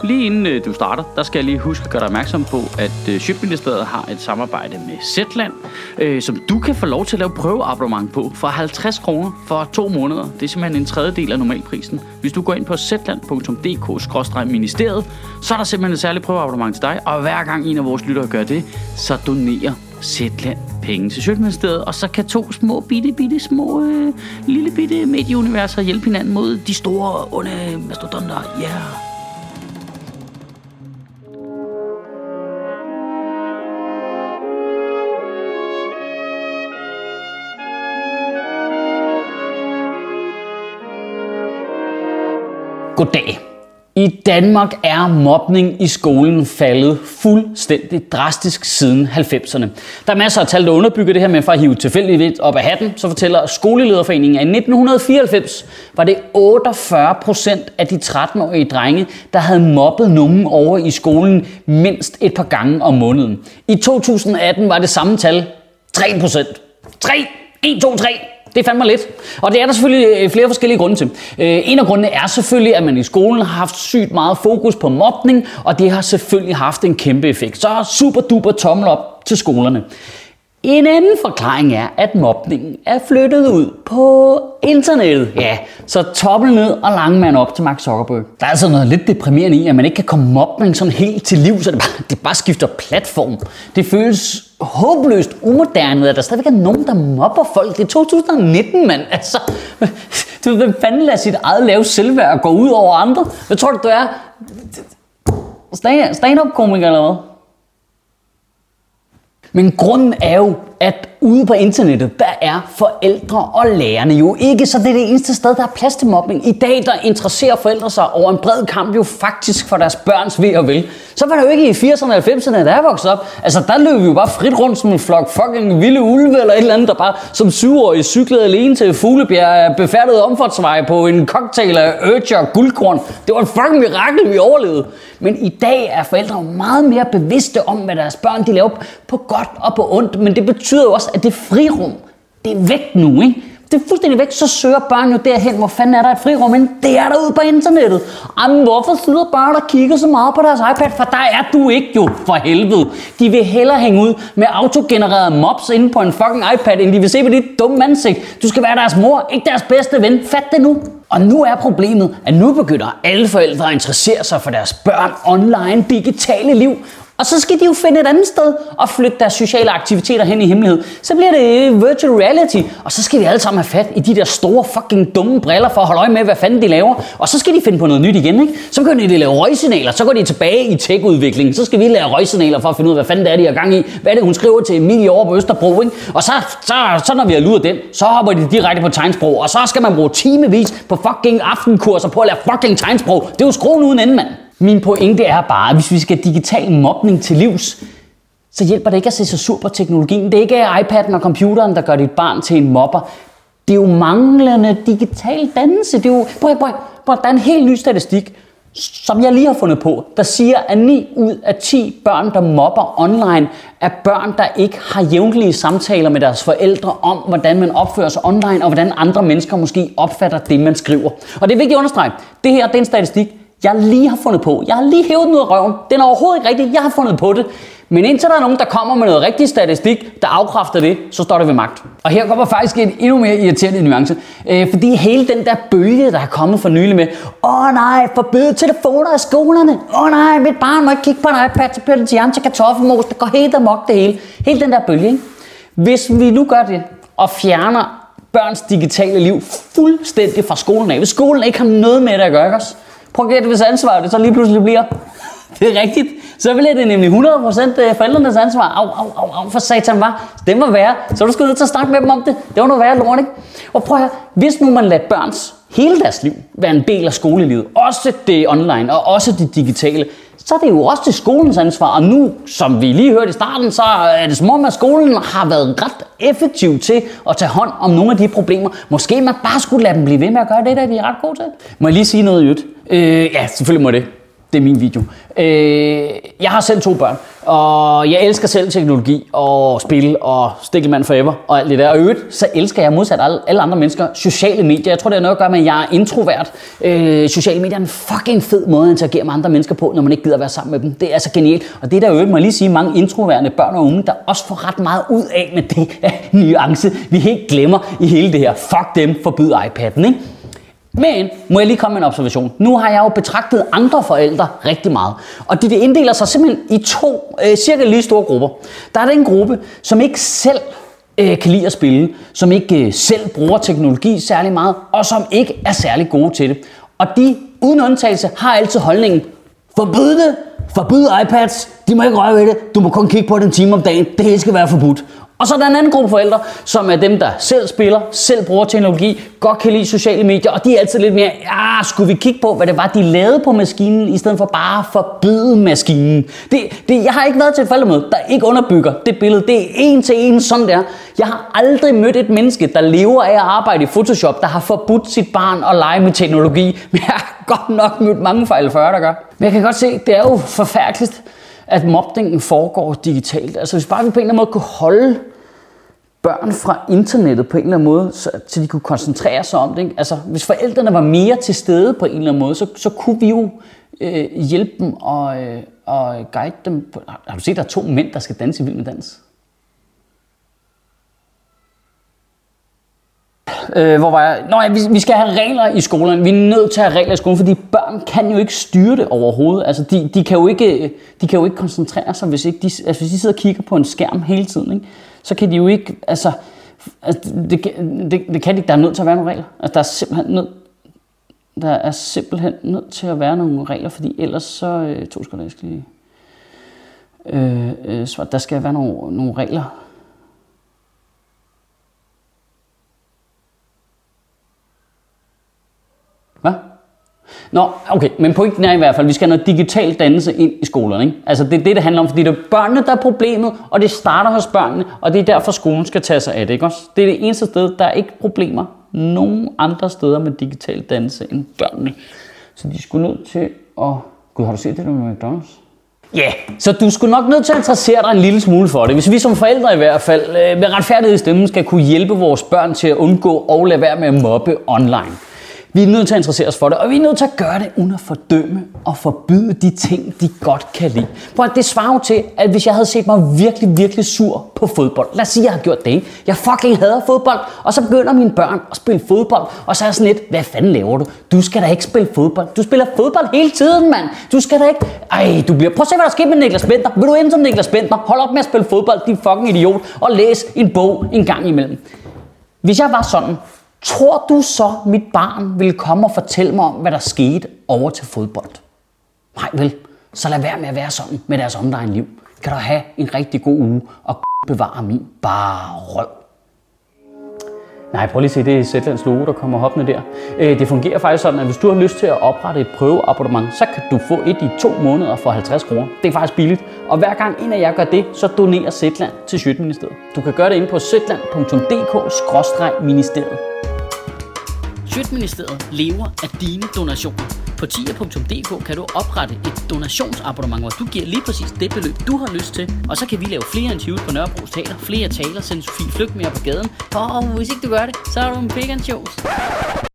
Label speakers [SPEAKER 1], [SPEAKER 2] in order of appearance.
[SPEAKER 1] lige inden du starter, der skal jeg lige huske at gøre dig opmærksom på, at Sjøtministeriet har et samarbejde med Zetland, som du kan få lov til at lave prøveabonnement på for 50 kroner for 2 måneder. Det er simpelthen en tredjedel af normalprisen. Hvis du går ind på zetland.dk/ministeriet, så er der simpelthen et særligt prøveabonnement til dig, og hver gang en af vores lyttere gør det, så donerer Zetland penge til Sjøtministeriet, og så kan 2 små små lille bitte medieuniverser hjælpe hinanden mod de store onde mastodonter. Ja. Yeah. Goddag. I Danmark er mobning i skolen faldet fuldstændig drastisk siden 90'erne. Der er masser af tal, der underbygger det her, men for at hive tilfældigt op af hatten, så fortæller Skolelederforeningen, at i 1994 var det 48% af de 13-årige drenge, der havde mobbet nogen over i skolen mindst et par gange om måneden. I 2018 var det samme tal 3%. 1, 2, 3. Det er fandme lidt. Og det er der selvfølgelig flere forskellige grunde til. En af grundene er selvfølgelig, at man i skolen har haft sygt meget fokus på mobning, og det har selvfølgelig haft en kæmpe effekt. Så super duper tommel op til skolerne. En anden forklaring er, at mobningen er flyttet ud på internettet. Ja, så tommel ned og langmand op til Mark Zuckerberg. Der er altså noget lidt deprimerende i, at man ikke kan komme mobning sådan helt til liv, så det bare skifter platform. Det føles håbløst umoderne, at der stadigvæk er nogen, der mobber folk. Det er 2019, mand. Altså, du ved, hvem fanden lader sit eget lave selvværd og gå ud over andre? Hvad tror du er? Stand-up-komiker eller hvad? Men grunden er jo, at ude på internettet, der er forældre og lærerne jo ikke, så det er det eneste sted, der er plads til mobning. I dag, der interesserer forældre sig over en bred kamp jo faktisk for deres børns ve og vel. Så var det jo ikke i 80'erne og 90'erne, da jeg voksede op. Altså, der løb vi jo bare frit rundt som en flok fucking vilde ulve eller et eller andet, der bare som 7-årige cyklede alene til Fuglebjerg, befærdede omfartsveje på en cocktail af urge og guldkorn. Det var et fucking mirakel, vi overlevede. Men i dag er forældre meget mere bevidste om, hvad deres børn de laver på godt og på ondt. Men det betyder jo også, at det frirum, det er væk nu, ikke? Det er fuldstændig væk, så søger børn jo derhen, hvor fanden er der et frirum, men det er derude på internettet. Jamen, hvorfor sidder børn og kigger så meget på deres iPad? For der er du ikke jo, for helvede. De vil hellere hænge ud med autogenererede mobs inde på en fucking iPad, end de vil se på dit dumme ansigt. Du skal være deres mor, ikke deres bedste ven. Fat det nu. Og nu er problemet, at nu begynder alle forældre at interessere sig for deres børn online digitale liv. Og så skal de jo finde et andet sted og flytte deres sociale aktiviteter hen i hemmelighed. Så bliver det virtual reality, og så skal vi alle sammen have fat i de der store fucking dumme briller for at holde øje med, hvad fanden de laver. Og så skal de finde på noget nyt igen, ikke? Så begynder de at lave røgsignaler, så går de tilbage i tech-udvikling. Så skal vi lave røgsignaler for at finde ud af, hvad fanden det er, de har gang i. Hvad er det, hun skriver til Emilie over på Østerbro, ikke? Og så når vi har luret den, så hopper de direkte på tegnsprog. Og så skal man bruge timevis på fucking aftenkurser på at lære fucking tegnsprog. Det er jo skruen uden ende, mand. Min pointe er bare, at hvis vi skal digital mobning til livs, så hjælper det ikke at se så sur på teknologien. Det er ikke iPad'en og computeren, der gør dit barn til en mobber. Det er jo manglende digital dannelse. Det er jo, der er en helt ny statistik, som jeg lige har fundet på, der siger, at 9 ud af 10 børn, der mobber online, er børn, der ikke har jævnlige samtaler med deres forældre om, hvordan man opfører sig online, og hvordan andre mennesker måske opfatter det, man skriver. Og det er vigtigt at understrege. Det her, det er en statistik, jeg lige har fundet på. Jeg har lige hævet den ud af røven. Den er overhovedet ikke rigtig. Jeg har fundet på det. Men indtil der er nogen, der kommer med noget rigtig statistik, der afkræfter det, så står det ved magt. Og her kommer faktisk en endnu mere irriterende nuance. Fordi hele den der bølge, der er kommet for nylig med, nej, forbud telefoner i skolerne. Nej, mit barn må ikke kigge på en iPad, så bliver det til jern til kartoffelmos. Det går helt amok det hele. Hele den der bølge, ikke? Hvis vi nu gør det, og fjerner børns digitale liv fuldstændig fra skolen af. Hvis skolen ikke har noget med det at gøre, ikke også? Prøv at gætte, hvis ansvar det så lige pludselig bliver. Det er rigtigt. Så bliver det nemlig 100% forældrenes ansvar. Au, for satan var. Det må være. Så er du sgu nødt til at snakke med dem om det. Det var noget værre lort, ikke? Og prøv at høre. Hvis nu man lader børns hele deres liv være en del af skolelivet, også det online og også det digitale, så er det jo også til skolens ansvar. Og nu, som vi lige hørte i starten, så er det som om, at skolen har været ret effektiv til at tage hånd om nogle af de problemer. Måske man bare skulle lade dem blive ved med at gøre det, der de er ret gode til. Må jeg lige sige noget i øvrigt? Ja, selvfølgelig må det. det er min video. Jeg har selv 2 børn, og jeg elsker selv teknologi og spil og Stickleman Forever og alt det der. Og i øvrigt, så elsker jeg modsat alle andre mennesker sociale medier. Jeg tror, det har noget at gøre med, at jeg er introvert. Sociale medier er en fucking fed måde at interagere med andre mennesker på, når man ikke gider at være sammen med dem. Det er altså genialt. Og det der i øvrigt, må jeg lige sige, mange introverte børn og unge, der også får ret meget ud af med det nuance, vi helt glemmer i hele det her. Fuck dem, forbyd iPad'en, ikke? Men må jeg lige komme med en observation. Nu har jeg jo betragtet andre forældre rigtig meget. Og de inddeler sig simpelthen i 2 cirka lige store grupper. Der er den gruppe, som ikke selv kan lide at spille, som ikke selv bruger teknologi særlig meget, og som ikke er særlig gode til det. Og de, uden undtagelse, har altid holdningen, forbyd det, forbyd iPads, de må ikke røre ved det, du må kun kigge på det en time om dagen, det hele skal være forbudt. Og så er der en anden gruppe forældre, som er dem, der selv spiller, selv bruger teknologi, godt kan lide sociale medier, og de er altid lidt mere, skulle vi kigge på, hvad det var, de lavede på maskinen, i stedet for bare at forbyde maskinen. Jeg har ikke været til et forældremøde, der ikke underbygger det billede. Det er en til en sådan der. Jeg har aldrig mødt et menneske, der lever af at arbejde i Photoshop, der har forbudt sit barn at lege med teknologi. Men jeg har godt nok mødt mange fejl før, der gør. Men jeg kan godt se, det er jo forfærdeligt, at mobningen foregår digitalt. Altså hvis bare vi på en eller anden måde kunne holde børn fra internettet på en eller anden måde, så de kunne koncentrere sig om det. Ikke? Altså hvis forældrene var mere til stede på en eller anden måde, så kunne vi jo hjælpe dem og guide dem. Har du set, der er 2 mænd, der skal danse i Vild med Dans? Hvor var jeg? Nå ja, vi skal have regler i skolen. Vi er nødt til at have regler i skolen, fordi børn kan jo ikke styre det overhovedet. Altså de kan jo ikke koncentrere sig, hvis de sidder og kigger på en skærm hele tiden. Ikke? Så kan de jo ikke, det kan de ikke. Der er nødt til at være nogle regler. Altså der er simpelthen nødt til at være nogle regler, fordi ellers så 2 sekunder, jeg skal lige der skal være nogle regler. Hvad? Nå, okay, men pointen er i hvert fald, at vi skal have noget digital dannelse ind i skolerne. Ikke? Altså det er det handler om, fordi det er børnene, der er problemet, og det starter hos børnene, og det er derfor, skolen skal tage sig af det, ikke også? Det er det eneste sted, der er ikke problemer nogen andre steder med digital dannelse end børnene. Så de skulle nødt til at... Gud, har du set det der med McDonald's? Ja, yeah. Så du skulle nok nødt til at interessere dig en lille smule for det. Hvis vi som forældre i hvert fald med retfærdighed i stemmen skal kunne hjælpe vores børn til at undgå og lade være med at mobbe online. Vi er nødt til at interessere os for det, og vi er nødt til at gøre det uden at fordømme og forbyde de ting, de godt kan lide. Prøv at det svarer jo til, at hvis jeg havde set mig virkelig, virkelig sur på fodbold. Lad os sige, at jeg har gjort det, ikke? Jeg fucking hader fodbold, og så begynder mine børn at spille fodbold, og så er jeg sådan lidt, hvad fanden laver du? Du skal da ikke spille fodbold. Du spiller fodbold hele tiden, mand. Du skal da ikke... Prøv at se, hvad der sker med Niklas Bentner. Vil du ende som Niklas Bentner? Hold op med at spille fodbold, din fucking idiot, og læs en bog en gang imellem. Hvis jeg var sådan... Tror du så, mit barn ville komme og fortælle mig om, hvad der skete over til fodbold? Nej vel, så lad være med at være sådan med deres online-liv. Kan du have en rigtig god uge og bevare min bare røv. Nej, prøv lige at se, det er Zetlands logo, der kommer hoppende der. Det fungerer faktisk sådan, at hvis du har lyst til at oprette et prøveabonnement, så kan du få et i 2 måneder for 50 kroner. Det er faktisk billigt. Og hver gang en af jer gør det, så donerer Zetland til Sjøtministeriet. Du kan gøre det inde på zetland.dk/ministeriet.
[SPEAKER 2] Sjøtministeriet lever af dine donationer. På tier.dk kan du oprette et donationsabonnement, hvor du giver lige præcis det beløb, du har lyst til. Og så kan vi lave flere interviews på Nørrebro Teater, flere taler, sende Sofie Flygt mere på gaden. Og hvis ikke du gør det, så er du en big and shows.